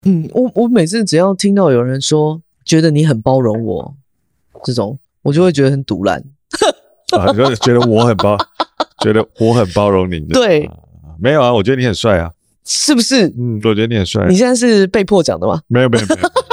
我每次只要听到有人说觉得你很包容我这种，我就会觉得很堵烂。 啊，觉得我很包容你。 对， 没有啊，我觉得你很帅啊， 是不是？ 我觉得你很帅。 你现在是被迫讲的吗？ 没有。这里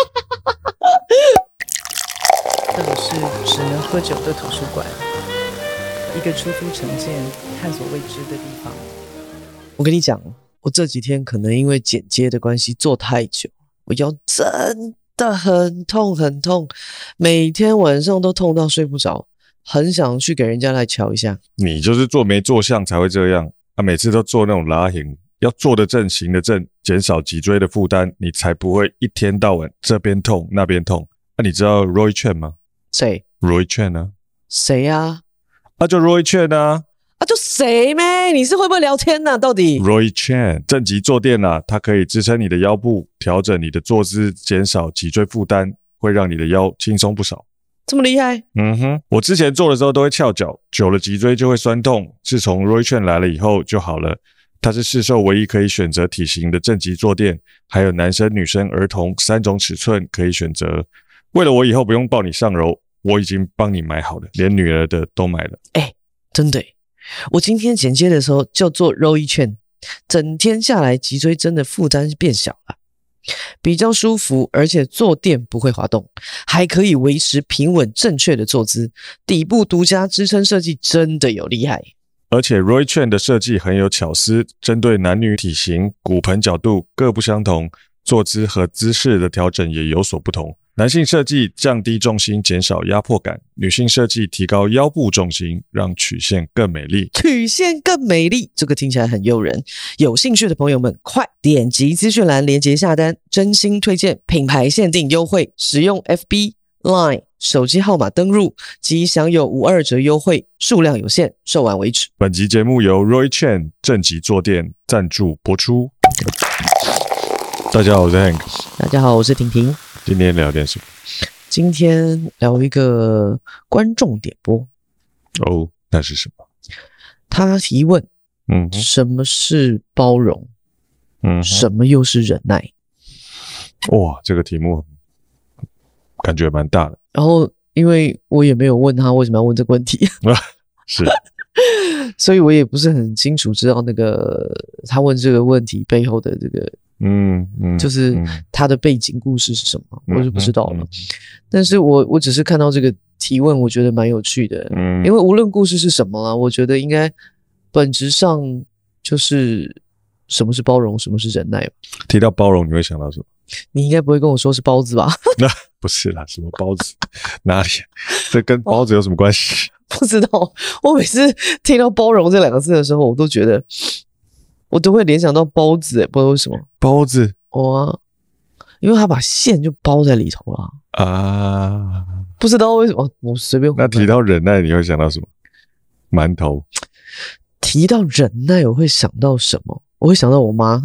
是只能喝酒的图书馆，一个出租成见、探索未知的地方。我跟你讲，我这几天可能因为剪接的关系坐太久，我腰真的很痛很痛，每天晚上都痛到睡不着，很想去给人家来瞧一下。 你就是坐没坐相才会这样啊！每次都做那种拉型，要坐得正行得正，减少脊椎的负担，你才不会一天到晚这边痛那边痛。你知道 Roy Chen 吗？ 谁 ？Roy Chen 啊？ 谁啊？ 就 Roy Chen 啊！ 就谁咩？你是会不会聊天啊？到底 Roy Chen 正脊坐垫啊，它可以支撑你的腰部，调整你的坐姿，减少脊椎负担，会让你的腰轻松不少。 这么厉害？ 我之前做的时候都会翘脚，久了脊椎就会酸痛，自从 Roy Chen 来了以后就好了。它是市售唯一可以选择体型的正脊坐垫，还有男生、女生、儿童3种尺寸可以选择。为了我以后不用抱你上楼，我已经帮你买好了，连女儿的都买了。 真的耶，我今天剪接的时候就做 Roy Chen，整天下来脊椎真的负担变小了，比较舒服，而且坐垫不会滑动，还可以维持平稳正确的坐姿，底部独家支撑设计真的有厉害。 而且 Roy Chen 的设计很有巧思，针对男女体型、骨盆角度各不相同，坐姿和姿势的调整也有所不同。男性设计降低重心，减少压迫感；女性设计提高腰部重心，让曲线更美丽。 曲线更美丽，这个听起来很诱人。有兴趣的朋友们，快点击资讯栏连结下单，真心推荐品牌限定优惠，使用 FB、Line 手机号码登入即享有52折优惠，数量有限，售完为止。 本集节目由 Roy Chen 正脊坐垫赞助播出。大家好，我是 Hank。 大家好，我是婷婷。 今天聊点什么？ 今天聊一个观众点播。 那是什么？ 他提问，什么是包容？什么又是忍耐？ 哇，这个题目感觉蛮大的。 然后，因为我也没有问他为什么要问这个问题， 是， 所以我也不是很清楚知道那个他问这个问题背后的这个。就是他的背景故事是什么，我就不知道了。但是我只是看到这个提问，我觉得蛮有趣的。因为无论故事是什么啊，我觉得应该本质上就是什么是包容，什么是忍耐吧。 提到包容，你会想到什么？ 你应该不会跟我说是包子吧？ 不是啦，什么包子？哪里？这跟包子有什么关系？ 不知道。我每次听到包容这2个字的时候，我都觉得。我都会联想到包子，不知道为什么。 包子？ 因为他把馅就包在里头了啊。 不知道为什么，我随便。 那提到忍耐，你会想到什么？馒头。 提到忍耐，我会想到什么？我会想到我妈。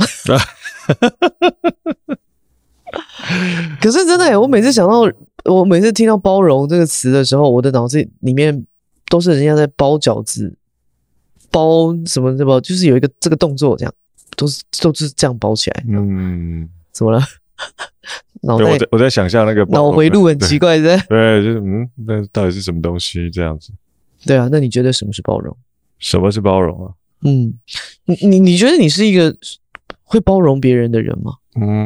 可是真的耶，我每次听到包容这个词的时候，我的脑子里面都是人家在包饺子。包什么什么，就是有一个这个动作，这样都是这样包起来。怎么了？脑袋我在想象那个脑回路很奇怪，是吧？ 对，就是那到底是什么东西这样子？对啊，那你觉得什么是包容？ 什么是包容啊？ 你觉得你是一个会包容别人的人吗？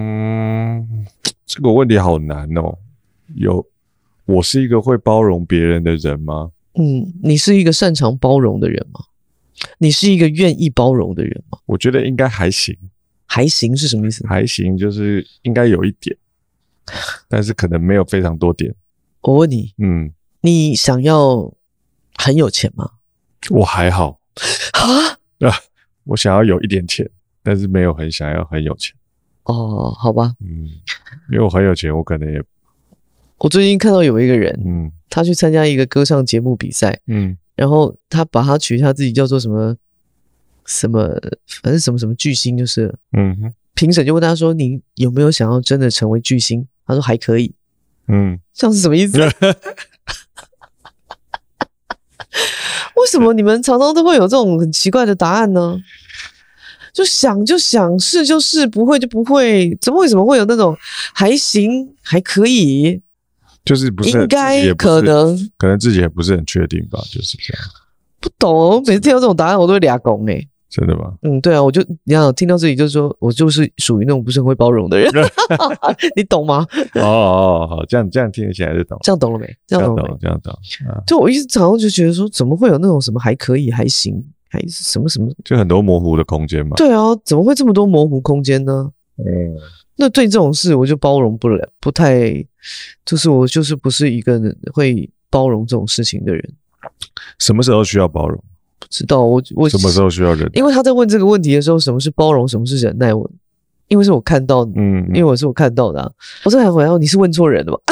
这个问题好难哦。我是一个会包容别人的人吗？ 你是一个擅长包容的人吗？你是一个愿意包容的人吗？ 我觉得应该还行。 还行是什么意思？ 还行就是应该有一点，但是可能没有非常多点。 我问你，你想要很有钱吗？ 我还好。我想要有一点钱，但是没有很想要很有钱。 好吧。 因为我很有钱，我可能也。 我最近看到有一个人，他去参加一个歌唱节目比赛，然后他把他取他自己叫做什么，反正什么巨星就是，评审就问他说：“你有没有想要真的成为巨星？”他说：“还可以。”这样是什么意思？为什么你们常常都会有这种很奇怪的答案呢？ 就想就想，是就是，不会就不会，为什么会有那种还行还可以？ 就是不是应该可能自己也不是很确定吧，就是这样。 不懂，每次听到这种答案我都会俩拱欸。 真的吗？ 对啊，你看听到这里就是说我就是属于那种不是很会包容的人，你懂吗？ 好，这样听起来就懂， 这样懂了没？这样懂。 就我一直常常就觉得说，怎么会有那种什么还可以、还行、还什么什么， 就很多模糊的空间嘛。 对啊，怎么会这么多模糊空间呢？那对这种事我就包容不了，不太，就是我就是不是一个会包容这种事情的人。 什么时候需要包容？ 不知道我什么时候需要忍耐？ 因为他在问这个问题的时候，什么是包容，什么是忍耐？因为是我看到的，因为我是我看到的啊。我这还回答你是问错人了吧？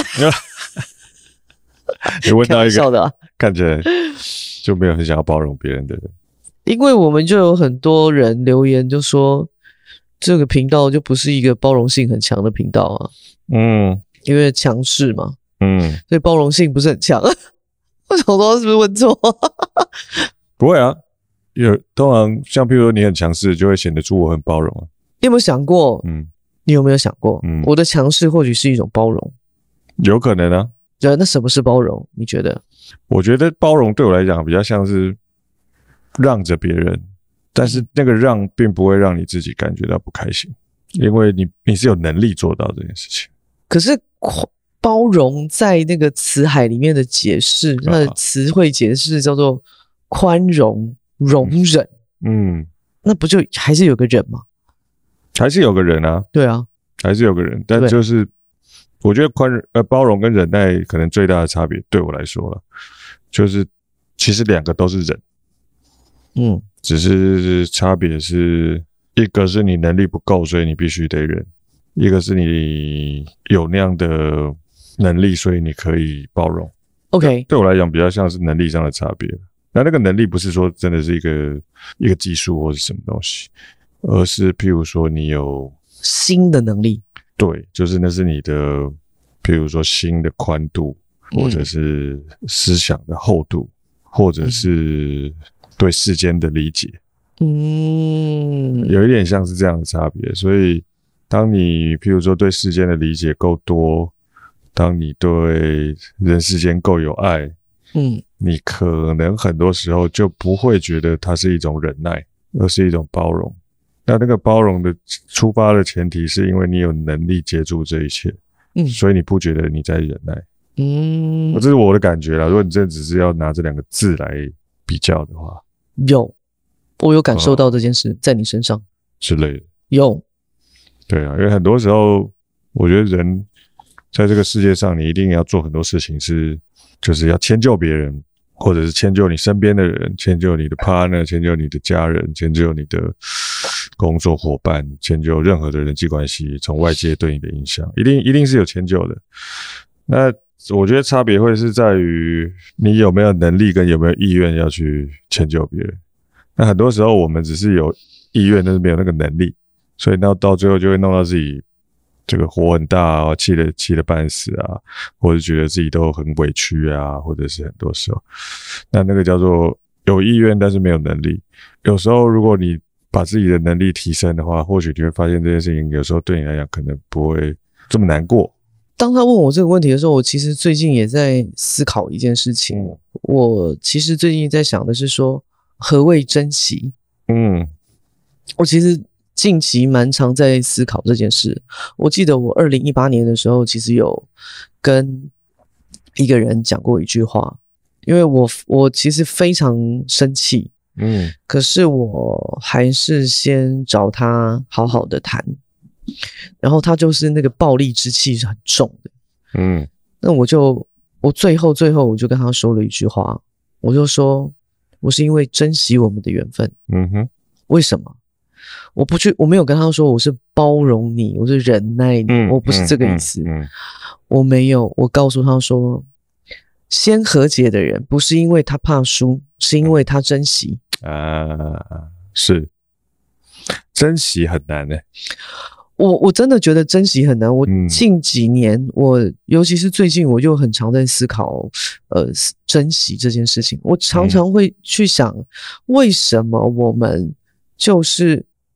你问到一个的、啊、 看起来就没有很想要包容别人的人。 因为我们就有很多人留言就说，这个频道就不是一个包容性很强的频道啊。因为强势嘛，所以包容性不是很强。我想说是不是问错？ 不会啊，通常像譬如说你很强势，就会显得出我很包容啊。 你有没有想过？你有没有想过？我的强势或许是一种包容， 有可能啊。 对，那什么是包容？你觉得？ 我觉得包容对我来讲比较像是让着别人，但是那个让并不会让你自己感觉到不开心，因为你是有能力做到这件事情。 可是包容在那个词海里面的解释，它的词汇解释叫做宽容、容忍。那不就还是有个人吗？ 还是有个人啊。对啊， 还是有个人，但就是我觉得包容跟忍耐可能最大的差别，对我来说了，就是其实两个都是忍。只是差别是一个是你能力不够，所以你必须得忍；一个是你有那样的能力，所以你可以包容。 OK， 对我来讲比较像是能力上的差别。那个能力不是说真的是一个技术或是什么东西，而是譬如说你有新的能力。 对，就是那是你的，譬如说心的宽度，或者是思想的厚度，或者是对世间的理解。有一点像是这样的差别。所以当你譬如说对世间的理解够多，当你对人世间够有爱，你可能很多时候就不会觉得它是一种忍耐，而是一种包容。那个包容的出发的前提是因为你有能力接住这一切，所以你不觉得你在忍耐。这是我的感觉啦。如果你真的只是要拿这两个字来比较的话， 我有感受到这件事在你身上之类的。 有。 对啊，因为很多时候我觉得人在这个世界上，你一定要做很多事情就是要迁就别人，或者是迁就你身边的人，迁就你的 partner， 迁就你的家人，迁就你的工作伙伴，迁就任何的人际关系，从外界对你的影响，一定是有迁就的。那我觉得差别会是在于你有没有能力跟有没有意愿要去迁就别人。那很多时候我们只是有意愿，但是没有那个能力，所以到最后就会弄到自己这个火很大啊，气得半死啊，或者觉得自己都很委屈啊，或者是很多时候，那个叫做有意愿但是没有能力。有时候如果你把自己的能力提升的话，或许你会发现这件事情有时候对你来讲可能不会这么难过。 当他问我这个问题的时候，我其实最近也在思考一件事情。我其实最近在想的是说，何谓珍惜？我其实近期蛮常在思考这件事。我记得我2018年的时候，其实有跟一个人讲过一句话，因为我其实非常生气，可是我还是先找他好好的谈，然后他就是那个暴力之气是很重的，那我最后我就跟他说了一句话，我就说我是因为珍惜我们的缘分，为什么？我没有跟他说我是包容你，我是忍耐你，我不是这个意思，我没有，我告诉他说，先和解的人不是因为他怕输，是因为他珍惜是珍惜很难欸。 我真的觉得珍惜很难。我近几年，尤其是最近，我就很常在思考珍惜这件事情。我常常会去想，为什么我们就是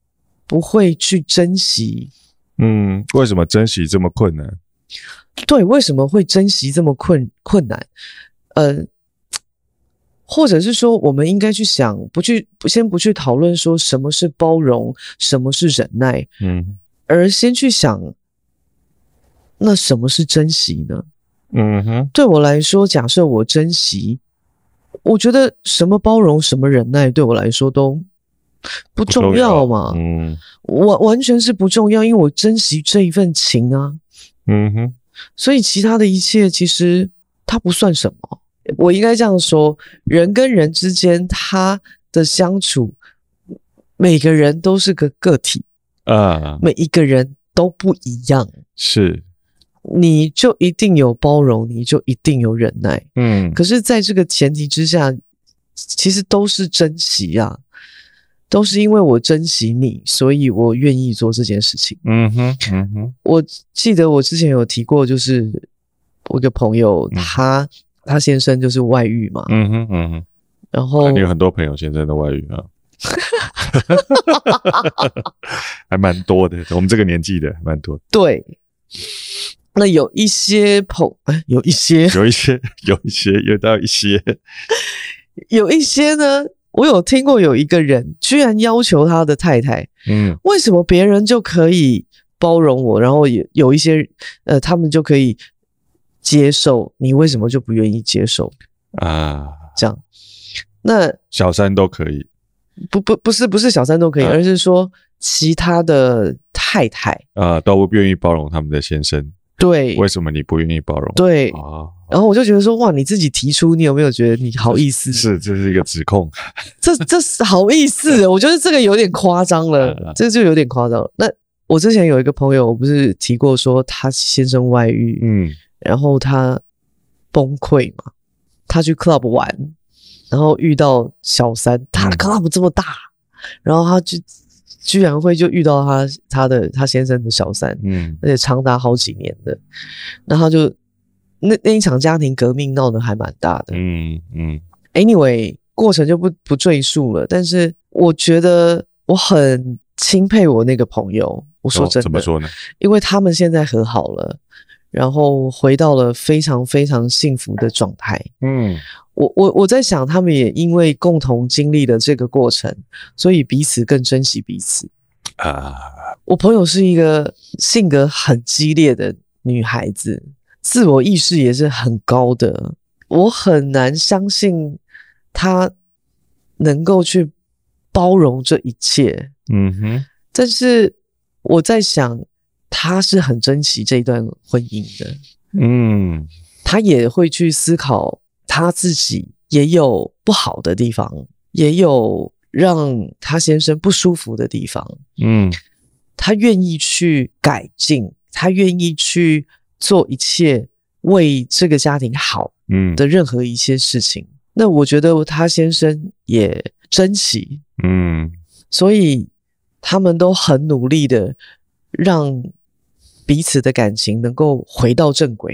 不会去珍惜。 为什么珍惜这么困难？ 对，为什么会珍惜这么困难？或者是说，我们应该去想，先不去讨论说什么是包容，什么是忍耐，而先去想，那什么是珍惜呢？对我来说，假设我珍惜，我觉得什么包容，什么忍耐，对我来说都不重要嘛。完全是不重要，因为我珍惜这一份情啊。所以其他的一切其实它不算什么。我应该这样说，人跟人之间他的相处，每个人都是个个体啊，每一个人都不一样。 是， 你就一定有包容，你就一定有忍耐。可是在这个前提之下，其实都是珍惜啊，都是因为我珍惜你，所以我愿意做这件事情。我记得我之前有提过，就是我一个朋友，他先生就是外遇嘛。然后你有很多朋友先生的外遇啊。还蛮多的，我们这个年纪的蛮多的。 对，那有一些有一些呢，我有听过有一个人居然要求他的太太，为什么别人就可以包容我，然后也有一些他们就可以接受，你为什么就不愿意接受啊？这样，那小三都可以？ 不是小三都可以，而是说其他的太太都不愿意包容他们的先生。 对， 为什么你不愿意包容？ 对然后我就觉得说，哇，你自己提出，你有没有觉得你好意思？ 这是一个指控。 这是好意思，我觉得这个有点夸张了，这就有点夸张了。那我之前有一个朋友，我不是提过说他先生外遇，然后他崩溃嘛，他去 club 玩，然后遇到小三，他的 club 这么大，然后他就居然会就遇到他先生的小三，而且长达好几年的，那他就那一场家庭革命闹得还蛮大的。Anyway， 过程就不赘述了，但是我觉得我很钦佩我那个朋友。我说真的， 怎么说呢？ 因为他们现在和好了，然后回到了非常非常幸福的状态。我在想，他们也因为共同经历了这个过程，所以彼此更珍惜彼此啊。我朋友是一个性格很激烈的女孩子，自我意识也是很高的，我很难相信她能够去包容这一切。但是我在想，她是很珍惜这一段婚姻的。她也会去思考她自己也有不好的地方，也有让她先生不舒服的地方。她愿意去改进，她愿意去做一切为这个家庭好的任何一些事情。那我觉得她先生也珍惜。所以他们都很努力的让彼此的感情能够回到正轨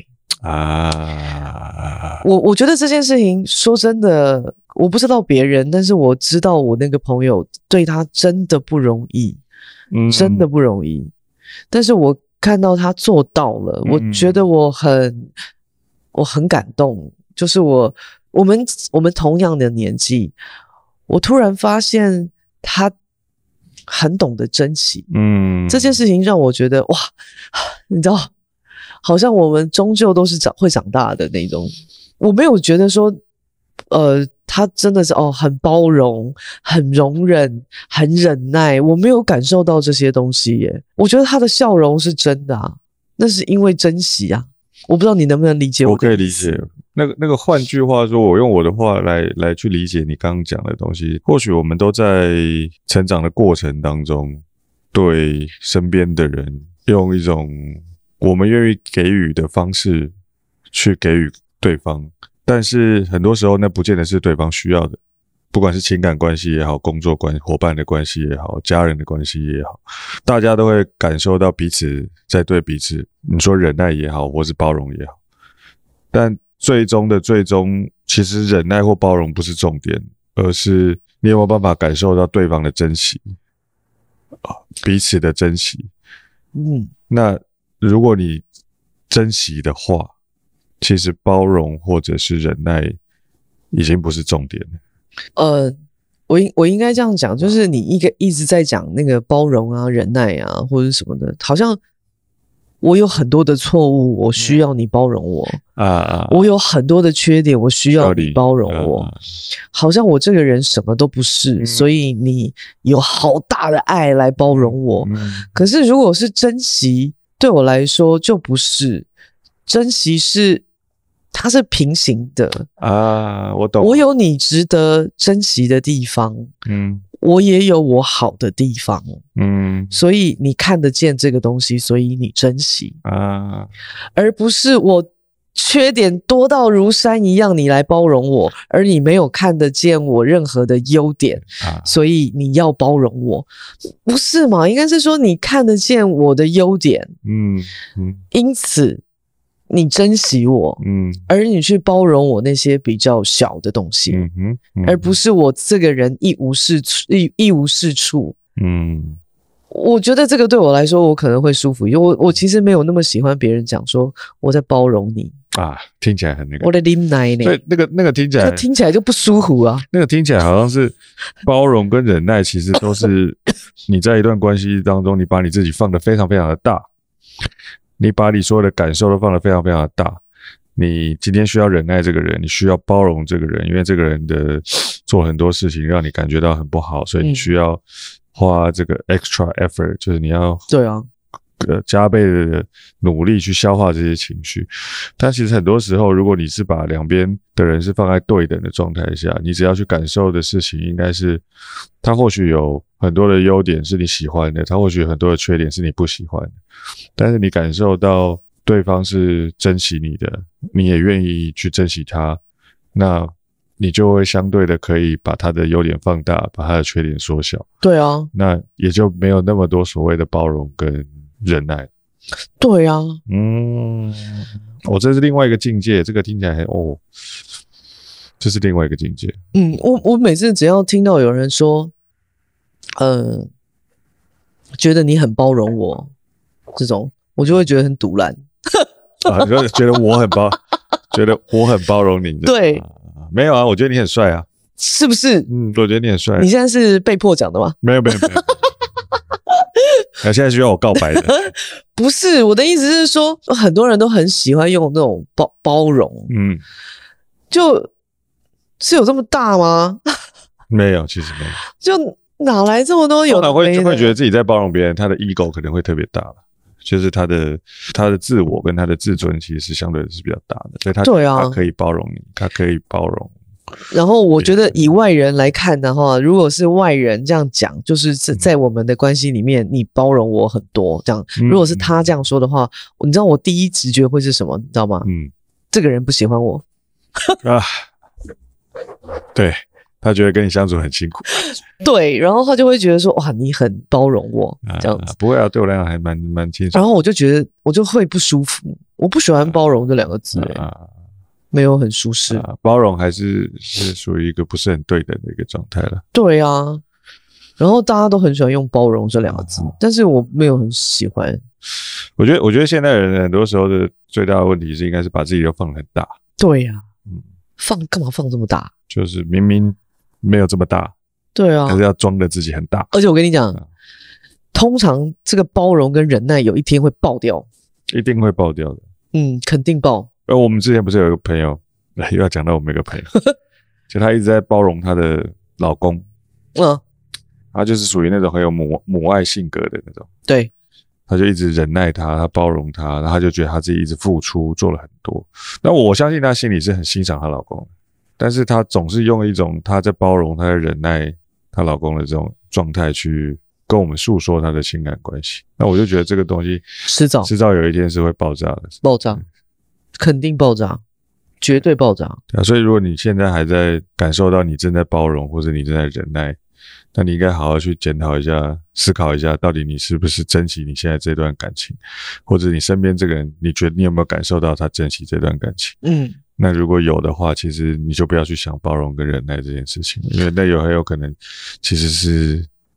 啊。我觉得这件事情说真的，我不知道别人，但是我知道我那个朋友对他真的不容易，真的不容易。但是我看到他做到了，我觉得我很感动。就是我们同样的年纪，我突然发现他很懂得珍惜。这件事情让我觉得哇，你知道，好像我们终究都是会长大的那种。我没有觉得说他真的是很包容，很容忍，很忍耐，我没有感受到这些东西耶。我觉得他的笑容是真的啊，那是因为珍惜啊。我不知道你能不能理解我。 我可以理解。那个换句话说，我用我的话来去理解你刚刚讲的东西。或许我们都在成长的过程当中，对身边的人用一种我们愿意给予的方式去给予对方，但是很多时候那不见得是对方需要的。不管是情感关系也好，工作伙伴的关系也好，家人的关系也好，大家都会感受到彼此在对彼此，你说忍耐也好，或是包容也好，但最终，其实忍耐或包容不是重点，而是你有没有办法感受到对方的珍惜。 彼此的珍惜。那如果你珍惜的话，其实包容或者是忍耐已经不是重点了。 我应该这样讲，就是你一直在讲那个包容啊、忍耐啊或者什么的，好像我有很多的错误，我需要你包容我我有很多的缺点，我需要你包容我好像我这个人什么都不是所以你有好大的爱来包容我可是如果是珍惜，对我来说就不是。珍惜它是平行的我懂。 我有你值得珍惜的地方我也有我好的地方所以你看得见这个东西，所以你珍惜而不是我缺点多到如山一样你来包容我，而你没有看得见我任何的优点所以你要包容我，不是嘛？应该是说你看得见我的优点因此你珍惜我而你去包容我那些比较小的东西而不是我这个人一无是处我觉得这个对我来说我可能会舒服，因为我其实没有那么喜欢别人讲说我在包容你听起来很那个我的忍耐呢， 所以那个听起来就不舒服啊。 那个听起来好像是包容跟忍耐其实都是你在一段关系当中你把你自己放得非常非常的大，你把你所有的感受都放得非常非常的大，你今天需要忍耐这个人，你需要包容这个人，因为这个人的做很多事情让你感觉到很不好，所以你需要花这个 extra effort， 就是你要对啊加倍的努力去消化这些情绪。但其实很多时候如果你是把两边的人是放在对等的状态下，你只要去感受的事情应该是他或许有很多的优点是你喜欢的，他或许有很多的缺点是你不喜欢的，但是你感受到对方是珍惜你的，你也愿意去珍惜他，那你就会相对的可以把他的优点放大，把他的缺点缩小。 对啊， 那也就没有那么多所谓的包容跟忍耐。 对啊这是另外一个境界，这个听起来这是另外一个境界。 我每次只要听到有人说觉得你很包容我这种，我就会觉得很毒烂觉得我很包容你。 对没有我觉得你很帅啊。 是不是？ 我觉得你很帅。 你现在是被迫讲的吗？ 没有现在需要我告白的不是，我的意思是说很多人都很喜欢用那种包容就是有这么大吗？ 没有，其实没有， 就哪来这么多有的没的？ 会觉得自己在包容别人，他的 ego 可能会特别大，就是他的自我跟他的自尊其实是相对是比较大的，所以他可以包容你，他可以包容。 然后我觉得以外人来看的话，如果是外人这样讲，就是在我们的关系里面你包容我很多这样，如果是他这样说的话，你知道我第一直觉会是什么你知道吗？这个人不喜欢我对， 他觉得跟你相处很辛苦。 对，然后他就会觉得说哇你很包容我这样子。 不会对我来讲还蛮轻松。 然后我就觉得我就会不舒服，我不喜欢包容这两个字没有很舒适包容还是属于一个不是很对等的一个状态了。 对啊，然后大家都很喜欢用包容这两个字但是我没有很喜欢。 我觉得现代人很多时候的最大的问题是应该是把自己都放得很大。 对啊干嘛放这么大？ 就是明明没有这么大。 对啊， 还是要装的自己很大。 而且我跟你讲通常这个包容跟忍耐有一天会爆掉。 一定会爆掉的。 肯定爆。 我们之前不是有一个朋友，又要讲到我们一个朋友就她一直在包容她的老公她就是属于那种很有母爱性格的那种。 对， 她就一直忍耐她包容她，然后她就觉得她自己一直付出做了很多。那我相信她心里是很欣赏她老公，但是她总是用一种她在包容她在忍耐她老公的这种状态去跟我们诉说她的情感关系。那我就觉得这个东西迟早有一天是会爆炸的。 爆炸，肯定爆炸，绝对爆炸。 对啊，所以如果你现在还在感受到你正在包容或者你正在忍耐，那你应该好好去检讨一下，思考一下到底你是不是珍惜你现在这段感情，或者你身边这个人你觉得你有没有感受到他珍惜这段感情。那如果有的话，其实你就不要去想包容跟忍耐这件事情，因为那很有可能其实是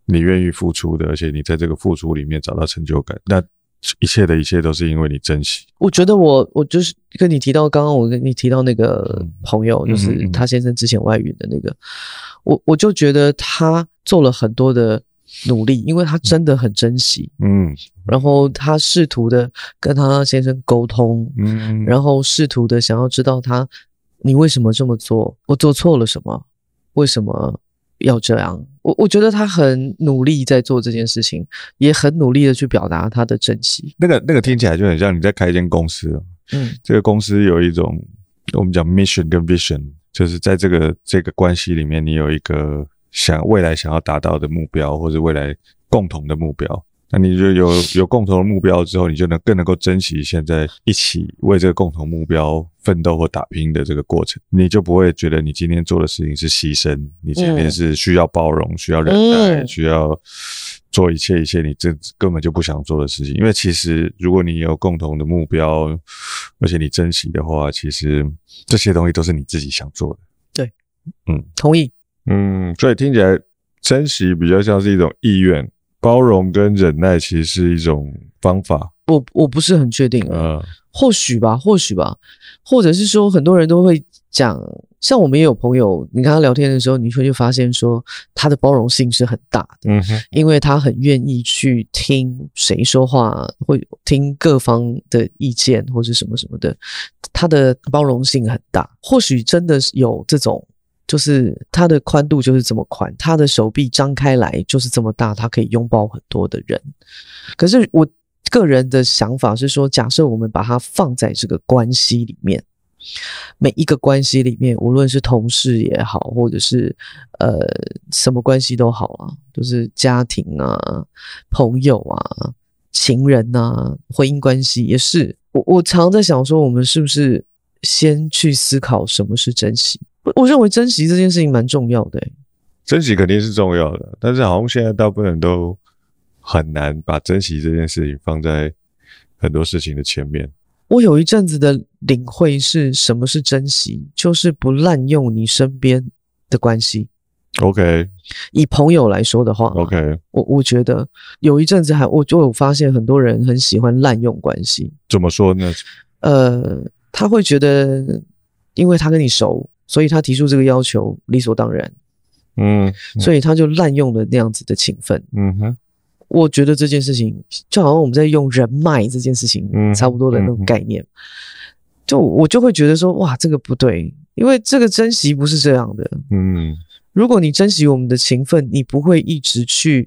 你愿意付出的，而且你在这个付出里面找到成就感，那一切的一切都是因为你珍惜。 我觉得我就是跟你提到，刚刚我跟你提到那个朋友，就是他先生之前外遇的那个，我就觉得他做了很多的努力，因为他真的很珍惜，然后他试图的跟他先生沟通，然后试图的想要知道你为什么这么做，我做错了什么，为什么要这样？我觉得他很努力在做这件事情，也很努力的去表达他的珍惜。 那个听起来就很像你在开一间公司哦，这个公司有一种我们讲 mission 跟 vision， 就是在这个关系里面，你有一个未来想要达到的目标，或者未来共同的目标。那你就有共同的目标之后，你就更能够珍惜现在一起为这个共同目标奋斗或打拼的这个过程，你就不会觉得你今天做的事情是牺牲，你今天是需要包容，需要忍耐，需要做一切你这根本就不想做的事情。因为其实如果你有共同的目标，而且你珍惜的话，其实这些东西都是你自己想做的。 对，同意。 所以听起来珍惜比较像是一种意愿，包容跟忍耐其实是一种方法。 我不是很确定或许吧，或者是说很多人都会讲，像我们也有朋友，你跟他聊天的时候，你会就发现说他的包容性是很大的，因为他很愿意去听谁说话，会听各方的意见或是什么什么的，他的包容性很大。或许真的有这种，就是他的宽度就是这么宽，他的手臂张开来就是这么大，他可以拥抱很多的人。可是我个人的想法是说，假设我们把它放在这个关系里面，每一个关系里面，无论是同事也好，或者是什么关系都好啊，就是家庭啊、朋友啊、情人啊、婚姻关系也是。我常在想说，我们是不是先去思考什么是珍惜？我认为珍惜这件事情蛮重要的珍惜肯定是重要的，但是好像现在大部分人都很难把珍惜这件事情放在很多事情的前面。 我有一阵子的领会是什么是珍惜，就是不滥用你身边的关系。 OK， 以朋友来说的话 ，OK， 我觉得有一阵子我就有发现很多人很喜欢滥用关系。 怎么说呢？ 他会觉得，因为他跟你熟，所以他提出这个要求理所当然。所以他就滥用了那样子的情分。我觉得这件事情就好像我们在用人脉这件事情差不多的那种概念。我就会觉得说，哇，这个不对，因为这个珍惜不是这样的。如果你珍惜我们的情分，你不会一直去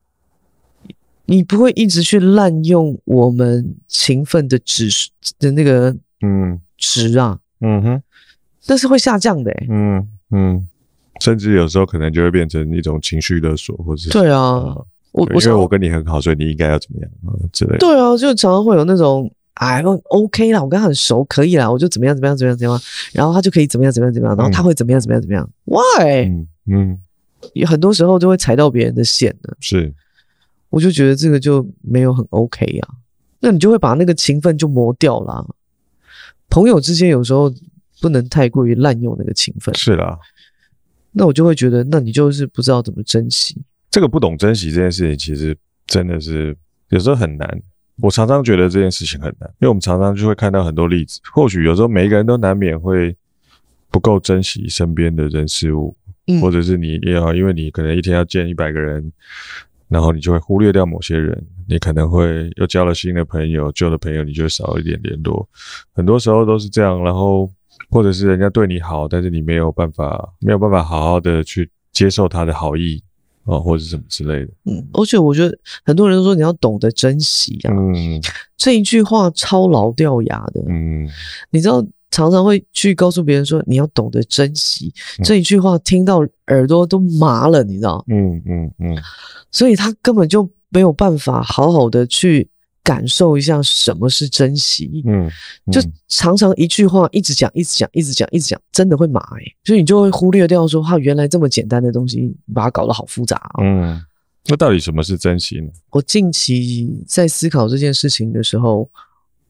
滥用我们情分的那个值啊。那是会下降的甚至有时候可能就会变成一种情绪勒索，或是对啊， 因为我跟你很好，所以你应该要怎么样之类的。 对啊，就常常会有那種OK 啦，我跟他很熟，可以啦，我就怎么样，然后他就可以怎么样，然後他會怎麼樣 Why？ 有很多時候就會踩到別人的線了。 是， 我就覺得這個就沒有很 OK 啊，那你就會把那個情分就磨掉啦。朋友之間有時候不能太過於濫用那個情分。 是啦。 那我就會覺得，那你就是不知道怎麼珍惜。 这个不懂珍惜这件事情，其实真的是有时候很难。我常常觉得这件事情很难，因为我们常常就会看到很多例子。或许有时候每一个人都难免会不够珍惜身边的人事物，或者是你也好，因为你可能一天要见100个人，然后你就会忽略掉某些人，你可能会又交了新的朋友，旧的朋友你就会少一点联络。很多时候都是这样，然后或者是人家对你好，但是你没有办法好好的去接受他的好意。或者什么之类的。 而且我觉得很多人都说你要懂得珍惜啊。这一句话超老掉牙的。你知道常常会去告诉别人说你要懂得珍惜，这一句话听到耳朵都麻了，你知道？所以他根本就没有办法好好的去感受一下什么是珍惜。就常常一句话一直讲，真的会麻所以你就会忽略掉说原来这么简单的东西把它搞得好复杂。 那到底什么是珍惜呢？ 我近期在思考这件事情的时候，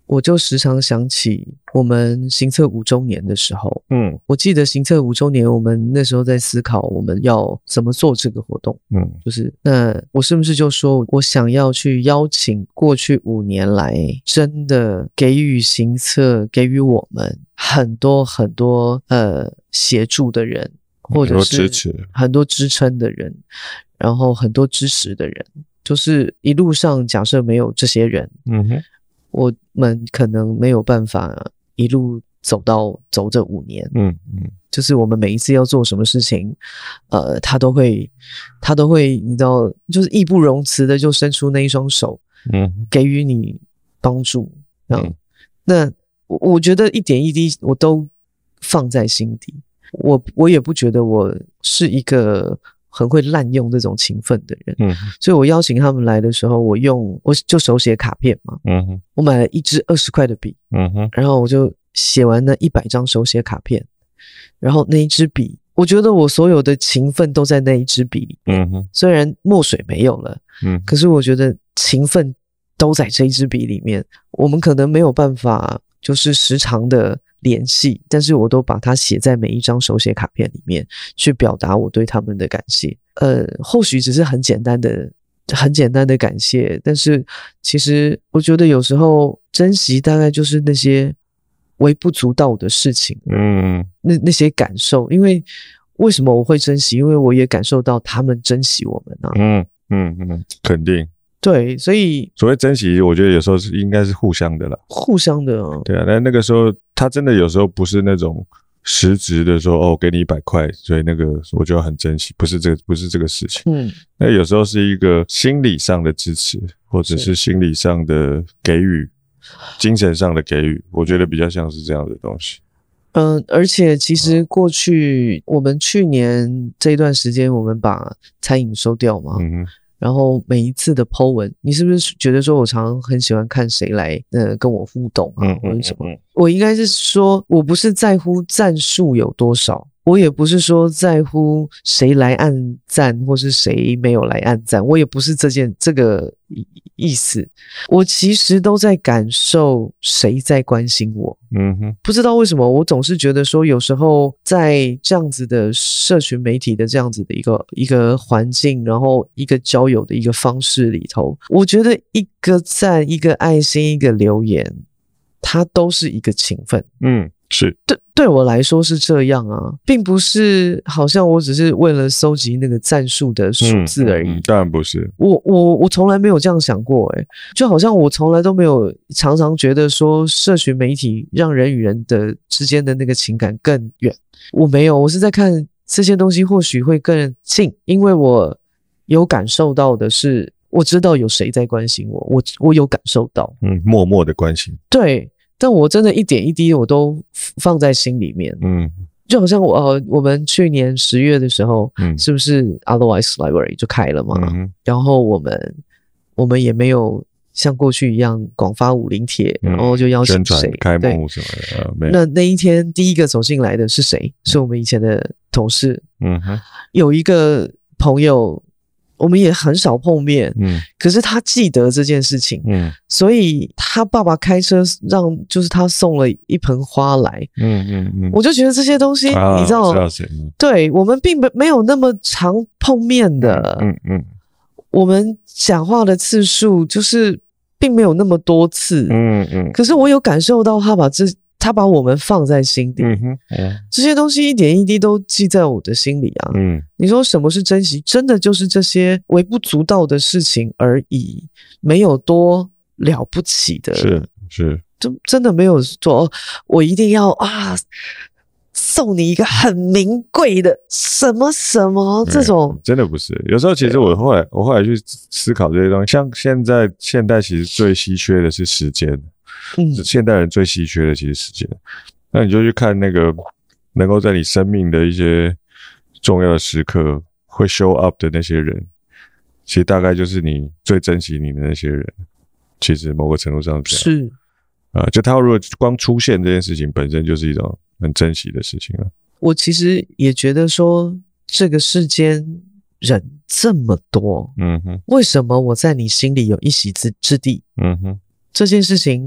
我就时常想起我们行测5周年的时候，我记得行测5周年，我们那时候在思考我们要怎么做这个活动，就是那我是不是就说我想要去邀请过去5年来真的给予行测给予我们很多很多协助的人，或者是很多支撑的人，然后很多支持的人，就是一路上假设没有这些人，我们可能没有办法一路走这5年，就是我们每一次要做什么事情，他都会你知道，就是义不容辞的就伸出那一双手，给予你帮助，那我觉得一点一滴我都放在心底，我也不觉得我是一个很会滥用这种勤奋的人，所以我邀请他们来的时候，我就手写卡片嘛，我买了一支20块的笔，然后我就写完那100张手写卡片，然后那一支笔，我觉得我所有的勤奋都在那一支笔里面，虽然墨水没有了，可是我觉得勤奋都在这一支笔里面。我们可能没有办法就是时常的联系，但是我都把它写在每一张手写卡片里面，去表达我对他们的感谢。或许只是很简单的感谢，但是其实我觉得有时候珍惜大概就是那些微不足道的事情，那些感受。因为为什么我会珍惜？因为我也感受到他们珍惜我们啊。 肯定。 对，所以所谓珍惜，我觉得有时候应该是互相的啦。 互相的对啊，但那个时候他真的有时候不是那种实质的说给你100块，所以那个我就要很珍惜，不是这个事情。那有时候是一个心理上的支持，或者是心理上的给予，精神上的给予，我觉得比较像是这样的东西。 而且其实过去我们去年这一段时间，我们把餐饮收掉嘛，然后每一次的 po 文，你是不是觉得说我常常很喜欢看谁来跟我互动啊，或者什么？我应该是说，我不是在乎赞数有多少，我也不是说在乎谁来按赞或是谁没有来按赞，我也不是这个意思。我其实都在感受谁在关心我。不知道为什么我总是觉得说，有时候在这样子的社群媒体的这样子的一个环境，然后一个交友的一个方式里头，我觉得一个赞、一个爱心、一个留言，它都是一个勤奋。 是对我来说是这样啊，并不是好像我只是为了收集那个赞数的数字而已。 当然不是， 我从来没有这样想过就好像我从来都没有常常觉得说社群媒体让人与人的之间的那个情感更远。我没有，我是在看这些东西或许会更近，因为我有感受到的是，我知道有谁在关心我有感受到， 默默的关心。 对。但我真的一点一滴我都放在心里面，就好像我们去年10月的时候，是不是 Otherwise Library 就开了嘛？然后我们也没有像过去一样广发武林帖，然后就邀请谁开幕什么的。 那一天第一个走进来的是谁？是我们以前的同事。有一个朋友。我们也很少碰面，可是他记得这件事情，所以他爸爸开车就是他送了一盆花来，我就觉得这些东西，你知道，对，我们并没有那么常碰面的，我们讲话的次数就是并没有那么多次，可是我有感受到他把我们放在心底，这些东西一点一滴都记在我的心里啊。你说什么是珍惜？真的就是这些微不足道的事情而已，没有多了不起的。 是， 就真的没有说我一定要送你一个很名贵的什么什么这种， 真的不是。有时候其实我后来去思考这些东西，像现代其实最稀缺的是时间。现代人最稀缺的其实时间，那你就去看那个能够在你生命的一些重要的时刻会 show up 的那些人，其实大概就是你最珍惜你的那些人。其实某个程度上是就他如果光出现这件事情本身就是一种很珍惜的事情了。 我其实也觉得说，这个世间人这么多，为什么我在你心里有一席之地？这件事情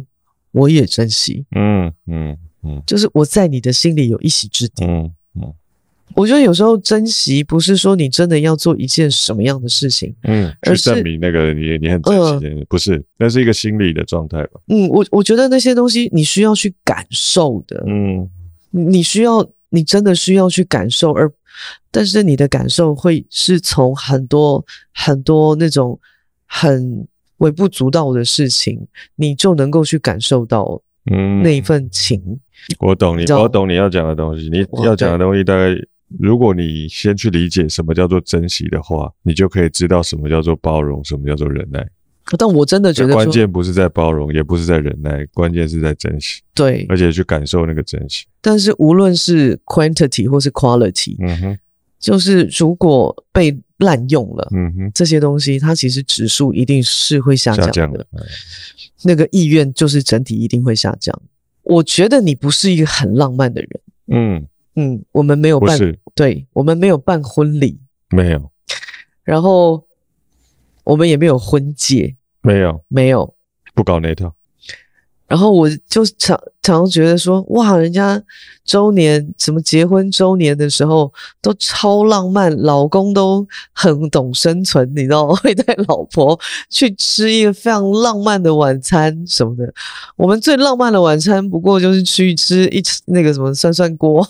我也珍惜。就是我在你的心里有一席之地。我觉得有时候珍惜不是说你真的要做一件什么样的事情， 去证明那个你很珍惜，不是，那是一个心理的状态吧。 我觉得那些东西你需要去感受的，你真的需要去感受，但是你的感受会是从很多很多那种很微不足道的事情，你就能够去感受到那一份情。 我懂你要讲的东西，你要讲的东西大概，如果你先去理解什么叫做珍惜的话，你就可以知道什么叫做包容，什么叫做忍耐。 但我真的觉得关键不是在包容，也不是在忍耐，关键是在珍惜。 对， 而且去感受那个珍惜。 但是无论是 quantity 或是 quality，就是如果被滥用了，这些东西它其实指数一定是会下降的，那个意愿就是整体一定会下降。我觉得你不是一个很浪漫的人。我们没有办，对，我们没有办婚礼， 没有， 然后我们也没有婚戒，没有， 不搞那套。 然后我就常觉得说，哇，人家周年什么结婚周年的时候都超浪漫，老公都很懂生存，你知道吗？会带老婆去吃一个非常浪漫的晚餐什么的。我们最浪漫的晚餐不过就是去吃那个什么涮涮锅，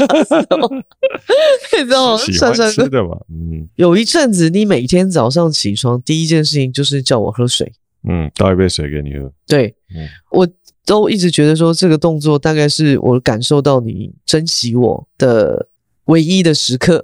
你知道吗？涮涮锅的嘛。有一阵子，你每天早上起床第一件事情就是叫我喝水。 倒一杯水给你喝。 对，我都一直觉得说这个动作大概是我感受到你珍惜我的唯一的时刻。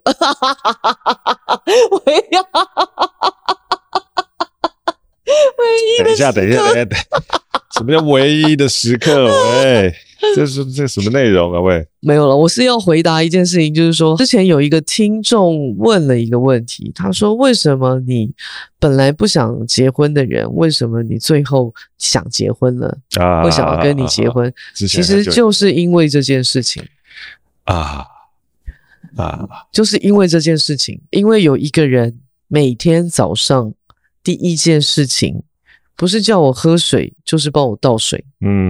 等一下，什么叫唯一的时刻？喂，这什么内容啊？喂， 没有了，我是要回答一件事情，就是说之前有一个听众问了一个问题，他说为什么你本来不想结婚的人，为什么你最后想结婚了？会想要跟你结婚？其实就是因为这件事情就是因为这件事情，因为有一个人每天早上第一件事情不是叫我喝水，就是帮我倒水。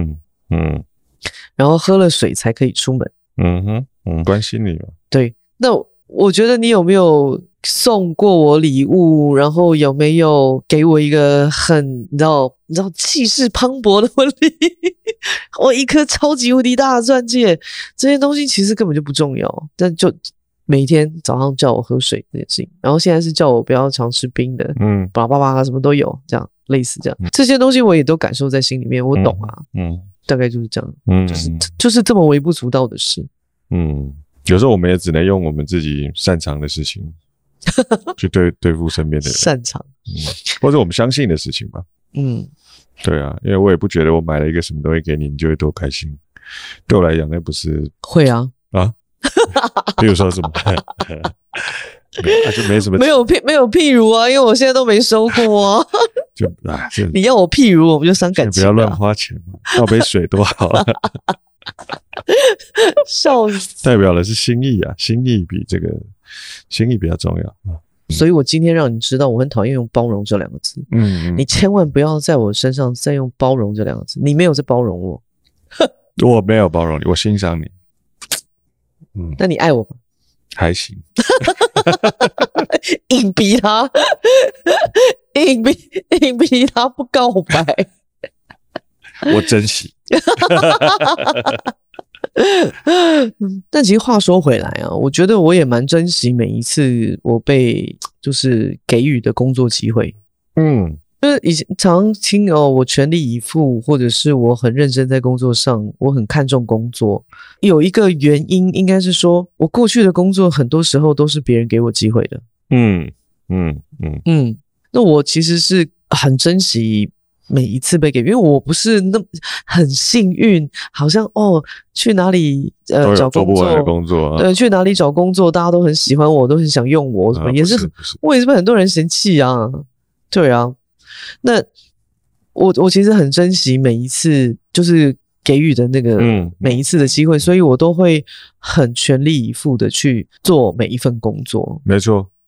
然后喝了水才可以出门。 关心你嘛。 对，那我觉得你有没有送过我礼物，然后有没有给我一个很你知道气势磅礴的婚礼？我一颗超级无敌大的钻戒，这些东西其实根本就不重要，但就每天早上叫我喝水这件事情，然后现在是叫我不要常吃冰的，巴拉巴拉什么都有，这样类似这样，这些东西我也都感受在心里面，我懂啊。大概就是这样，就是这么微不足道的事。 有时候我们也只能用我们自己擅长的事情去对付身边的人， 擅长， 或者我们相信的事情吧。对啊，因为我也不觉得我买了一个什么东西给你，你就会多开心。对我来讲，那不是会啊， 比如说什么，就没什么， 没有譬如啊，因为我现在都没收过啊。你要我譬如，我们就伤感情。 不要乱花钱嘛，倒杯水多好啊！ 笑死， 代表的是心意啊，心意比较重要。 所以我今天让你知道，我很讨厌用包容这两个字。你千万不要在我身上再用包容这两个字，你没有在包容我。 我没有包容你，我欣赏你。 那你爱我吗？ 还行。 硬逼他，硬逼他不告白。 我珍惜。 但其实话说回来啊，我觉得我也蛮珍惜每一次我被就是给予的工作机会。就是以前常听我全力以赴，或者是我很认真在工作上，我很看重工作。有一个原因应该是说，我过去的工作很多时候都是别人给我机会的。那我其实是很珍惜每一次被给，因为我不是那很幸运，好像去哪里找工作，对，去哪里找工作，大家都很喜欢我，都很想用我，什么也是我也是被很多人嫌弃啊。对啊。那我其实很珍惜每一次就是给予的那个每一次的机会，所以我都会很全力以赴的去做每一份工作。 没错，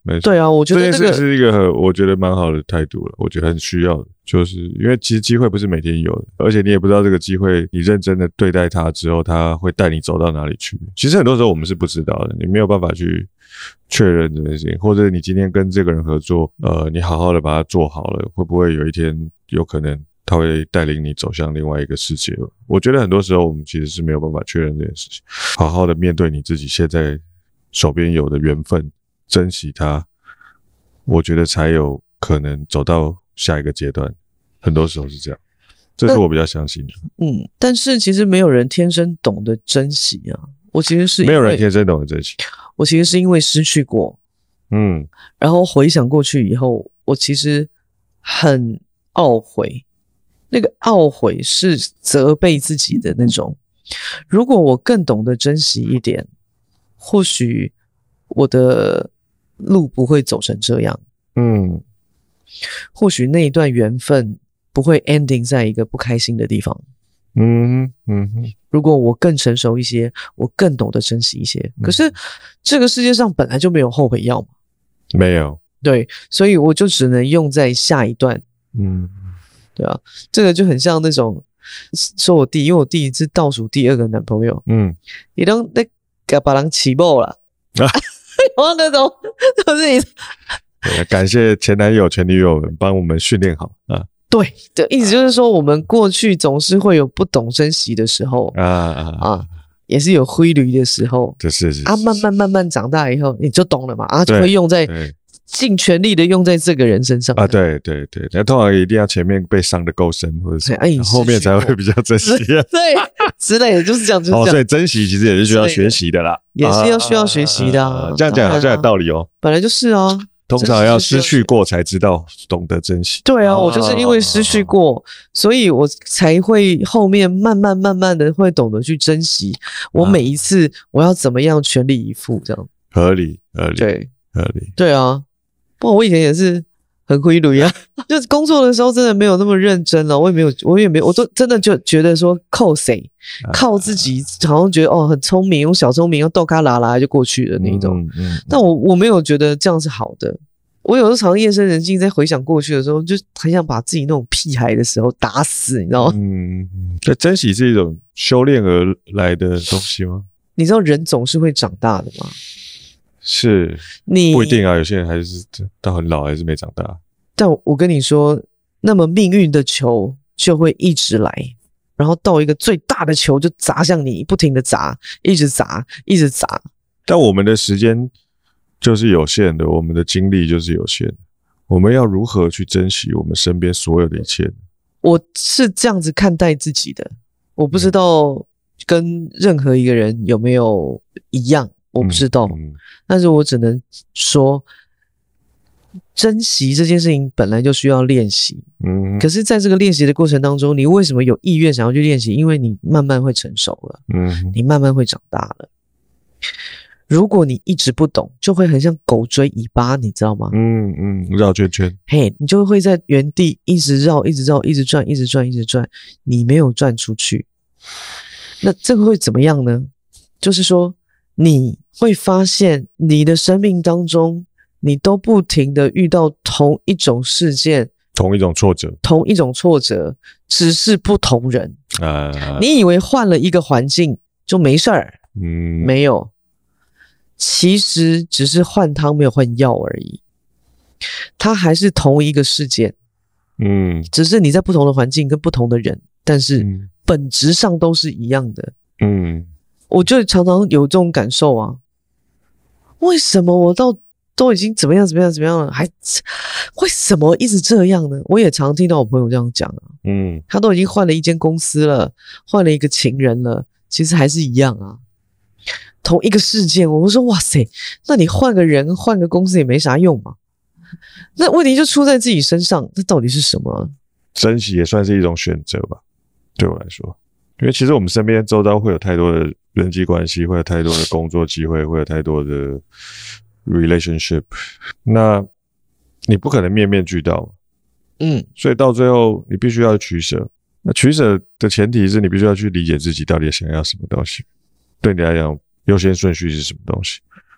没错。 对啊，我觉得这是一个我觉得蛮好的态度了，我觉得很需要的，就是因为其实机会不是每天有的，而且你也不知道这个机会，你认真的对待它之后，它会带你走到哪里去。其实很多时候我们是不知道的，你没有办法去确认这件事情，或者你今天跟这个人合作，你好好的把它做好了，会不会有一天有可能他会带领你走向另外一个世界？我觉得很多时候我们其实是没有办法确认这件事情，好好的面对你自己现在手边有的缘分，珍惜它，我觉得才有可能走到下一个阶段。很多时候是这样，这是我比较相信的。 但是其实没有人天生懂得珍惜啊。我其实是没有人天生懂得珍惜。 我其实是因为失去过，然后回想过去以后，我其实很懊悔。那个懊悔是责备自己的那种。如果我更懂得珍惜一点，或许我的路不会走成这样。或许那一段缘分不会 ending 在一个不开心的地方。如果我更成熟一些，我更懂得珍惜一些。可是这个世界上本来就没有后悔药嘛。 没有。 对，所以我就只能用在下一段。对啊，这个就很像那种说我弟，因为我弟是倒数第2个男朋友。你都那个把人起爆了然后那种就是你感谢前男友前女友们帮我们训练好啊。 对的意思就是说，我们过去总是会有不懂珍惜的时候也是有灰驴的时候。 是慢慢长大以后，你就懂了嘛，就会用在尽全力的用在这个人身上啊。 对，那通常一定要前面被伤的够深，或者是后面才会比较珍惜对之类的，就是这样，就是这样。 所以珍惜其实也是需要学习的啦， 也是需要学习的啊。 这样讲好像有道理哦。 本来就是啊。 通常要失去过才知道懂得珍惜。 对啊，我就是因为失去过，所以我才会后面慢慢的会懂得去珍惜我每一次我要怎么样全力以赴这样。 合理。 对， 合理。 对啊，不过我以前也是很灰驴啊，就是工作的时候真的没有那么认真了，我也没有，我都真的就觉得说靠自己，好像觉得很聪明，用小聪明，用豆咖拉拉就过去了那一种。但我没有觉得这样是好的。我有时候常夜深人静在回想过去的时候，就很想把自己那种屁孩的时候打死，你知道吗？ 那珍惜是一种修炼而来的东西吗？ 你知道人总是会长大的吗？ 是，不一定啊，有些人还是到很老还是没长大。 但我跟你说，那么命运的球就会一直来，然后到一个最大的球就砸向你，不停的砸，一直砸。 但我们的时间就是有限的，我们的精力就是有限的，我们要如何去珍惜我们身边所有的一切呢？ 我是这样子看待自己的，我不知道跟任何一个人有没有一样，我不知道，但是我只能说，珍惜这件事情本来就需要练习。可是在这个练习的过程当中，你为什么有意愿想要去练习？因为你慢慢会成熟了，你慢慢会长大了。如果你一直不懂，就会很像狗追尾巴，你知道吗？ 绕圈圈。 你就会在原地一直绕，一直转，你没有转出去。那这个会怎么样呢？就是说，你会发现你的生命当中，你都不停的遇到同一种事件， 同一种挫折，只是不同人。你以为换了一个环境就没事儿，没有。其实只是换汤没有换药而已，它还是同一个事件，只是你在不同的环境跟不同的人，但是本质上都是一样的。我就常常有这种感受啊，为什么我都已经怎么样了，还为什么一直这样呢？我也常听到我朋友这样讲啊，他都已经换了一间公司了，换了一个情人了，其实还是一样啊。同一个事件，我说哇塞，那你换个人换个公司也没啥用嘛。那问题就出在自己身上，这到底是什么？珍惜也算是一种选择吧，对我来说，因为其实我们身边周遭会有太多的人际关系，会有太多的工作机会，会有太多的 relationship， 那你不可能面面俱到，所以到最后你必须要取舍。那取舍的前提是你必须要去理解自己到底想要什么东西，对你来讲优先顺序是什么东西？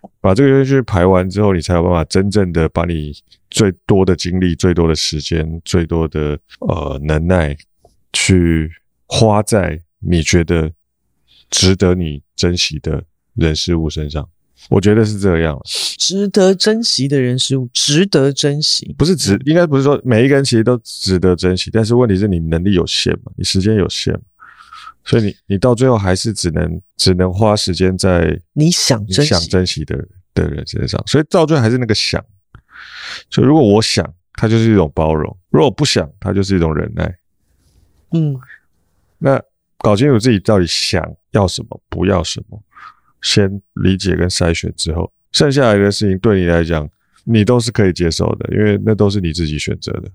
把这个游戏去排完之后，你才有办法真正的把你最多的精力、最多的时间、最多的能耐去花在你觉得值得你珍惜的人事物身上。我觉得是这样， 值得珍惜的人事物，值得珍惜， 不是应该不是说每一个人其实都值得珍惜，但是问题是你能力有限嘛，你时间有限嘛，所以你到最后还是只能花时间在你想珍惜的人身上，所以到最后还是那个想。所以如果我想，它就是一种包容；如果我不想，它就是一种忍耐。那搞清楚自己到底想要什么，不要什么。先理解跟筛选之后，剩下来的事情对你来讲，你都是可以接受的，因为那都是你自己选择的。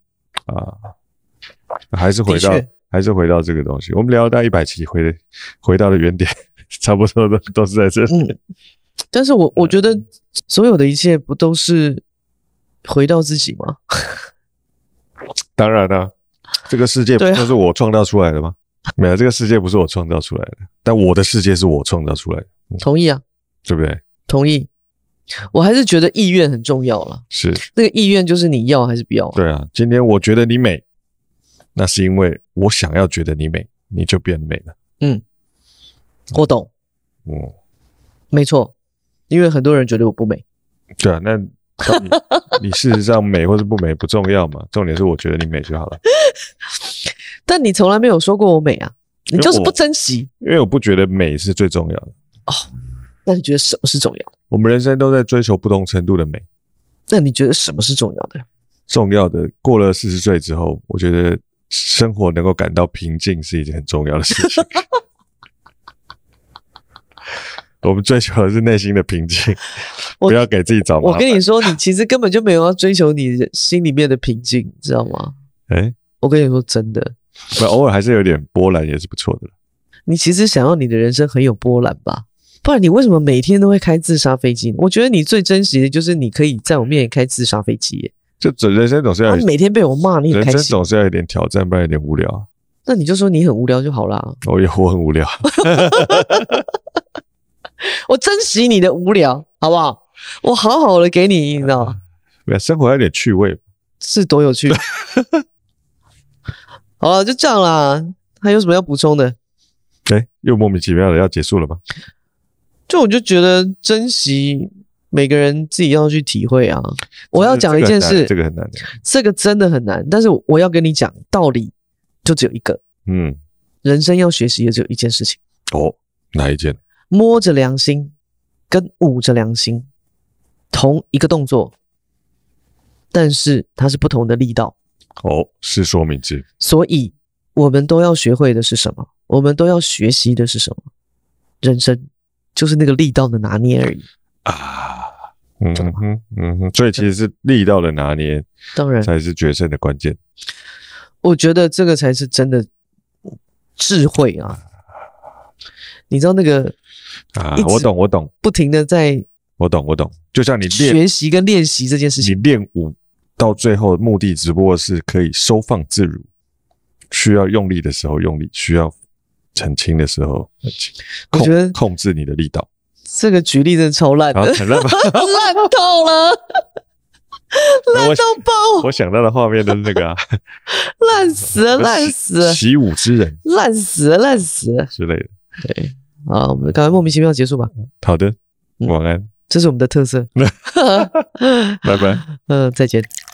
还是回到这个东西，我们聊到100期回到了原点，差不多都是在这里。 但是我觉得所有的一切不都是回到自己吗？ 当然啦，这个世界不都是我创造出来的吗？没有，这个世界不是我创造出来的，但我的世界是我创造出来的。 同意啊， 对不对？ 同意。我还是觉得意愿很重要啦。 是， 那个意愿就是你要还是不要。 对啊，今天我觉得你美，那是因为我想要觉得你美，你就变美了。 我懂。没错，因为很多人觉得我不美。 对啊，那你事实上美或是不美不重要嘛，重点是我觉得你美就好了。 但你从来没有说过我美啊，你就是不珍惜。 因为我不觉得美是最重要的。 那你觉得什么是重要的？ 我们人生都在追求不同程度的美。 那你觉得什么是重要的？ 重要的，过了40岁之后，我觉得生活能够感到平静是一件很重要的事情。我们追求的是内心的平静，不要给自己找麻烦。 我跟你说，你其实根本就没有要追求你心里面的平静，你知道吗？我跟你说真的， 偶尔还是有点波澜也是不错的。 你其实想要你的人生很有波澜吧？不然你为什么每天都会开自杀飞机呢？我觉得你最珍惜的就是你可以在我面前开自杀飞机耶。 就人生总是要每天被我骂，你很开心。 人生总是要有点挑战，不然有点无聊。 那你就说你很无聊就好啦。 我很无聊。 我珍惜你的无聊，好不好？我好好的给你，你知道吗？ 生活有点趣味， 是多有趣。好了，就这样啦。还有什么要补充的？ 又莫名其妙的要结束了吗？ 我就觉得珍惜每个人自己要去体会啊。我要讲一件事， 这个很难的， 这个真的很难。但是我要跟你讲道理，就只有一个。人生要学习的只有一件事情。 哪一件？ 摸着良心跟捂着良心，同一个动作，但是它是不同的力道。 是说明之。 所以我们都要学会的是什么？我们都要学习的是什么？人生就是那个力道的拿捏而已所以其实是力道的拿捏， 当然才是决胜的关键。 我觉得这个才是真的智慧啊！你知道那个我懂， 不停的在我懂，就像你学习跟练习这件事情， 你练武到最后目的只不过是可以收放自如，需要用力的时候用力，需要很轻的时候很轻。我觉得控制你的力道。 这个举例真的超烂的， 很烂吧？ 烂透了，烂到爆！ 我想到的画面都是那个烂死了， 习武之人， 烂死了之类的。 对，好，我们赶快莫名其妙结束吧。 好的，晚安。 这是我们的特色。 拜拜。 再见。